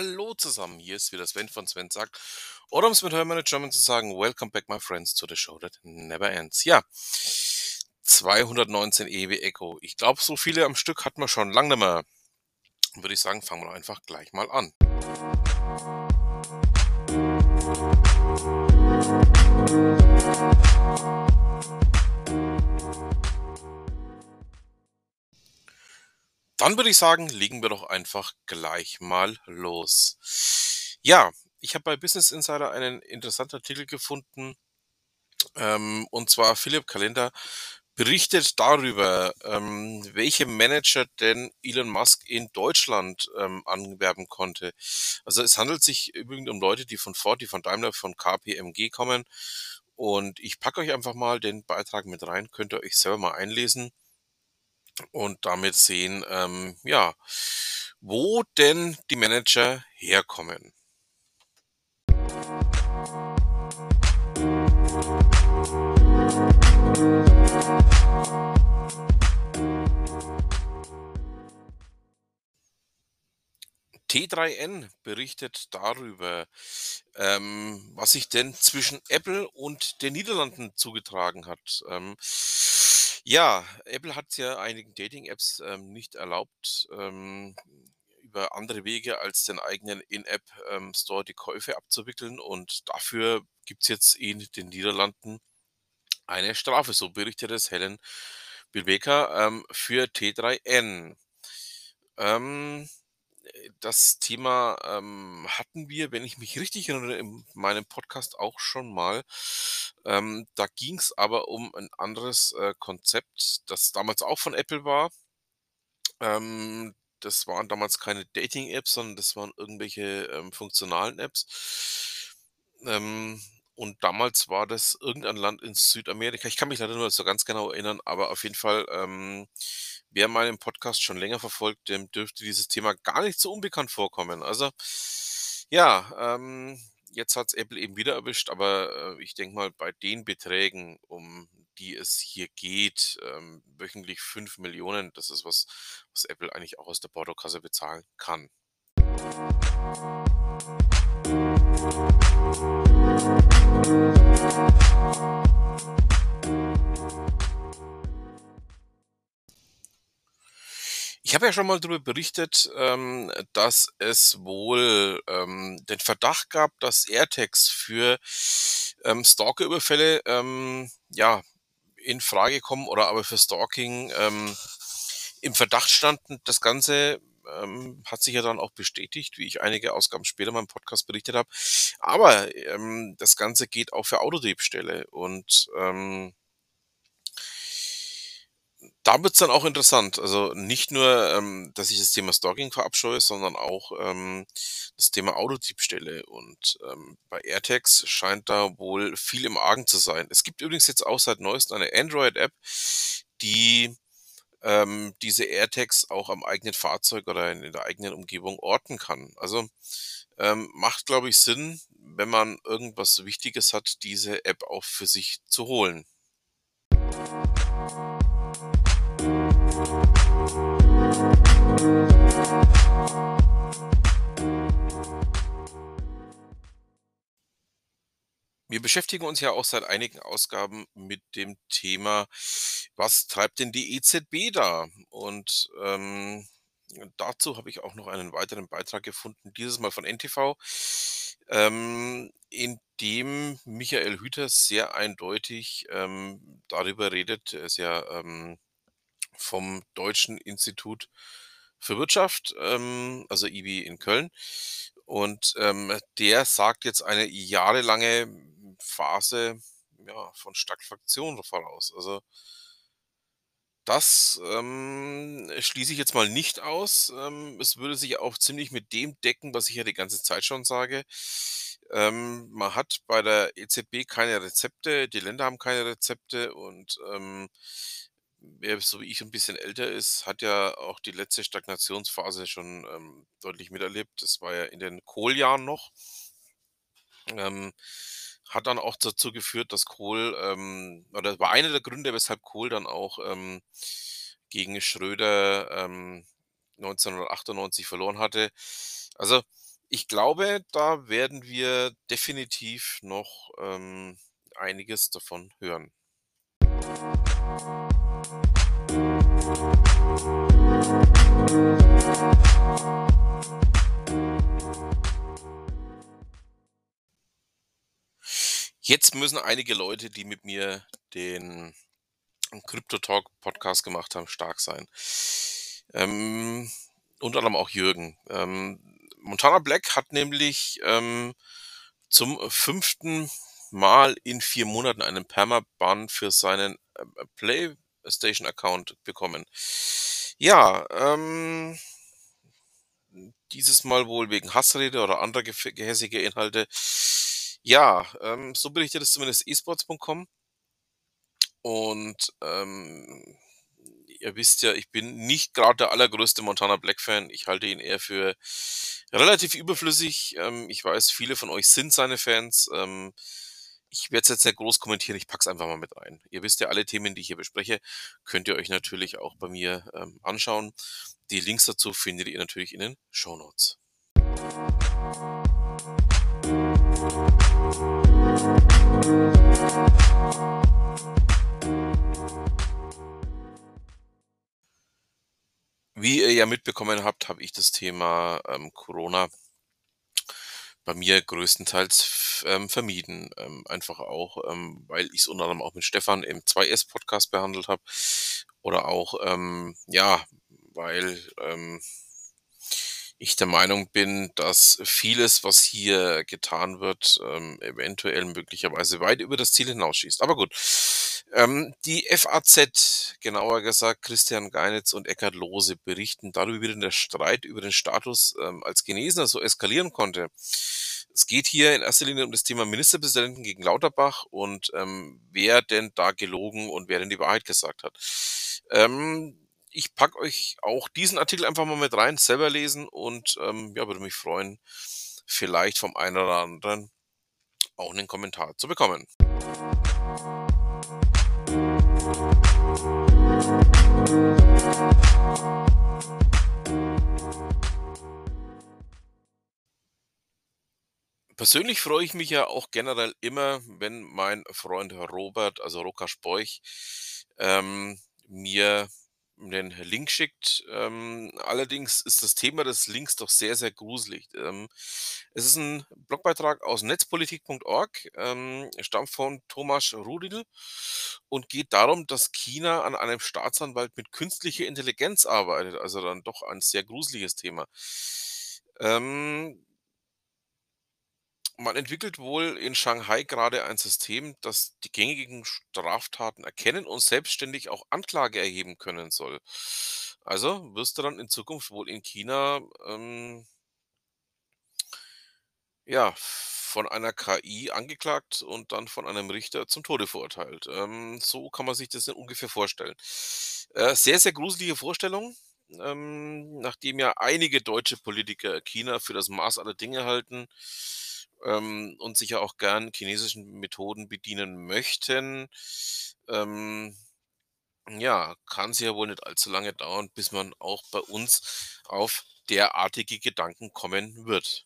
Hallo zusammen, hier ist wieder Sven von Sven sagt, oder um es mit Hermann German zu sagen, Welcome back my friends to the show that never ends. Ja, 219 EW Echo. Ich glaube, so viele am Stück hatten wir schon lange nicht mehr. Würde ich sagen, fangen wir einfach gleich mal an. Dann würde ich sagen, legen wir doch einfach gleich mal los. Ja, ich habe bei Business Insider einen interessanten Artikel gefunden. Und zwar Philipp Kalender berichtet darüber, welche Manager denn Elon Musk in Deutschland anwerben konnte. Also es handelt sich übrigens um Leute, die von Ford, die von Daimler, von KPMG kommen. Und ich packe euch einfach mal den Beitrag mit rein, könnt ihr euch selber mal einlesen und damit sehen, ja, wo denn die Manager herkommen. T3N berichtet darüber, was sich denn zwischen Apple und den Niederlanden zugetragen hat. Ja, Apple hat ja einigen Dating-Apps nicht erlaubt, über andere Wege als den eigenen In-App-Store die Käufe abzuwickeln, und dafür gibt es jetzt in den Niederlanden eine Strafe, so berichtet es Helen Bilbeker für T3N. Ähm, Das Thema hatten wir, wenn ich mich richtig erinnere, in meinem Podcast auch schon mal. Da ging es aber um ein anderes Konzept, das damals auch von Apple war. Das waren damals keine Dating-Apps, sondern das waren irgendwelche funktionalen Apps. Ähm, und damals war das irgendein Land in Südamerika. Ich kann mich leider nur so ganz genau erinnern, aber auf jeden Fall, wer meinen Podcast schon länger verfolgt, dem dürfte dieses Thema gar nicht so unbekannt vorkommen. Also ja, jetzt hat's Apple eben wieder erwischt, aber ich denke mal, bei den Beträgen, um die es hier geht, wöchentlich 5 Millionen, das ist was, was Apple eigentlich auch aus der Portokasse bezahlen kann. Ich habe ja schon mal darüber berichtet, dass es wohl den Verdacht gab, dass AirTags für Stalker-Überfälle ja, in Frage kommen oder aber für Stalking im Verdacht standen. Das Ganze hat sich ja dann auch bestätigt, wie ich einige Ausgaben später in meinem Podcast berichtet habe. Aber das Ganze geht auch für Autodiebstähle, und da wird's dann auch interessant. Also nicht nur, dass ich das Thema Stalking verabscheue, sondern auch das Thema Autodiebstähle. Und bei AirTags scheint da wohl viel im Argen zu sein. Es gibt übrigens jetzt auch seit Neuestem eine Android-App, die diese AirTags auch am eigenen Fahrzeug oder in der eigenen Umgebung orten kann. Also macht, glaube ich, Sinn, wenn man irgendwas Wichtiges hat, diese App auch für sich zu holen. Wir beschäftigen uns ja auch seit einigen Ausgaben mit dem Thema, was treibt denn die EZB da? Und dazu habe ich auch noch einen weiteren Beitrag gefunden, dieses Mal von NTV, in dem Michael Hüter sehr eindeutig darüber redet. Er ist ja vom Deutschen Institut für Wirtschaft, also IWI in Köln. Und der sagt jetzt eine jahrelange Phase, ja, von Stagflation voraus. Also das schließe ich jetzt mal nicht aus. Es würde sich auch ziemlich mit dem decken, was ich ja die ganze Zeit schon sage. Man hat bei der EZB keine Rezepte, die Länder haben keine Rezepte, und wer so wie ich ein bisschen älter ist, hat ja auch die letzte Stagnationsphase schon deutlich miterlebt. Das war ja in den Kohljahren noch. Ähm, Hat dann auch dazu geführt, dass Kohl, oder war einer der Gründe, weshalb Kohl dann auch gegen Schröder 1998 verloren hatte. Also Ich glaube, da werden wir definitiv noch, einiges davon hören. Jetzt müssen einige Leute, die mit mir den Crypto Talk Podcast gemacht haben, stark sein. Ähm, Unter anderem auch Jürgen. Montana Black hat nämlich, zum fünften Mal in 4 Monaten einen Permaban für seinen, PlayStation-Account bekommen. Ja, dieses Mal wohl wegen Hassrede oder anderer gehässiger Inhalte. Ja, so berichtet es zumindest esports.com. Und, ihr wisst ja, ich bin nicht gerade der allergrößte Montana Black Fan. Ich halte ihn eher für relativ überflüssig. Ich weiß, viele von euch sind seine Fans. Ich werde es jetzt nicht groß kommentieren, ich pack's einfach mal mit ein. Ihr wisst ja, alle Themen, die ich hier bespreche, könnt ihr euch natürlich auch bei mir, anschauen. Die Links dazu findet ihr natürlich in den Shownotes. Wie ihr ja mitbekommen habt, habe ich das Thema, Corona bei mir größtenteils vermieden. Einfach auch, weil ich es unter anderem auch mit Stefan im 2S-Podcast behandelt habe. Oder auch, ja, weil ich der Meinung bin, dass vieles, was hier getan wird, eventuell möglicherweise weit über das Ziel hinausschießt. Aber gut. Die FAZ, genauer gesagt Christian Geinitz und Eckhard Lohse, berichten darüber, wie denn der Streit über den Status als Genesener so eskalieren konnte. Es geht hier in erster Linie um das Thema Ministerpräsidenten gegen Lauterbach und wer denn da gelogen und wer denn die Wahrheit gesagt hat. Ich packe euch auch diesen Artikel einfach mal mit rein, selber lesen und ja, würde mich freuen, vielleicht vom einen oder anderen auch einen Kommentar zu bekommen. Persönlich freue ich mich ja auch generell immer, wenn mein Freund Robert, also Rokas Boich, mir den Link schickt. Allerdings ist das Thema des Links doch sehr, sehr gruselig. Es ist ein Blogbeitrag aus netzpolitik.org, stammt von Thomas Rudil und geht darum, dass China an einem Staatsanwalt mit künstlicher Intelligenz arbeitet. Also dann doch ein sehr gruseliges Thema. Ähm, Man entwickelt wohl in Shanghai gerade ein System, das die gängigen Straftaten erkennen und selbstständig auch Anklage erheben können soll. Also wirst du dann in Zukunft wohl in China, ja, von einer KI angeklagt und dann von einem Richter zum Tode verurteilt. So kann man sich das in ungefähr vorstellen. Sehr, sehr gruselige Vorstellung, nachdem ja einige deutsche Politiker China für das Maß aller Dinge halten, und sich ja auch gern chinesischen Methoden bedienen möchten. Ähm, ja, kann es ja wohl nicht allzu lange dauern, bis man auch bei uns auf derartige Gedanken kommen wird.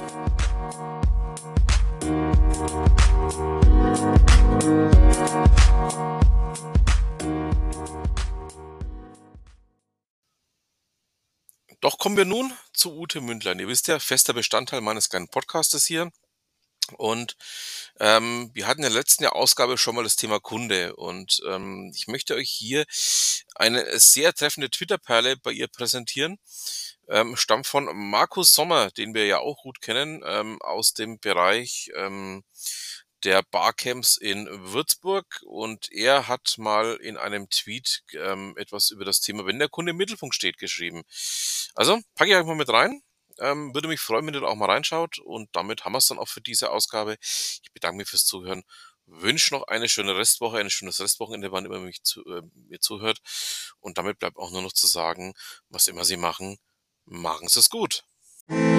Doch kommen wir nun zu Ute Mündlein. Ihr wisst ja, fester Bestandteil meines kleinen Podcastes hier. Und wir hatten in der letzten Ausgabe schon mal das Thema Kunde. Und ich möchte euch hier eine sehr treffende Twitter-Perle bei ihr präsentieren. Stammt von Markus Sommer, den wir ja auch gut kennen, aus dem Bereich der Barcamps in Würzburg. Und er hat mal in einem Tweet etwas über das Thema, wenn der Kunde im Mittelpunkt steht, geschrieben. Also packe ich euch mal mit rein. Würde mich freuen, wenn ihr da auch mal reinschaut. Und damit haben wir es dann auch für diese Ausgabe. Ich bedanke mich fürs Zuhören. Wünsche noch eine schöne Restwoche, ein schönes Restwochenende, wann immer mir zuhört. Und damit bleibt auch nur noch zu sagen, was immer Sie machen, machen Sie es gut.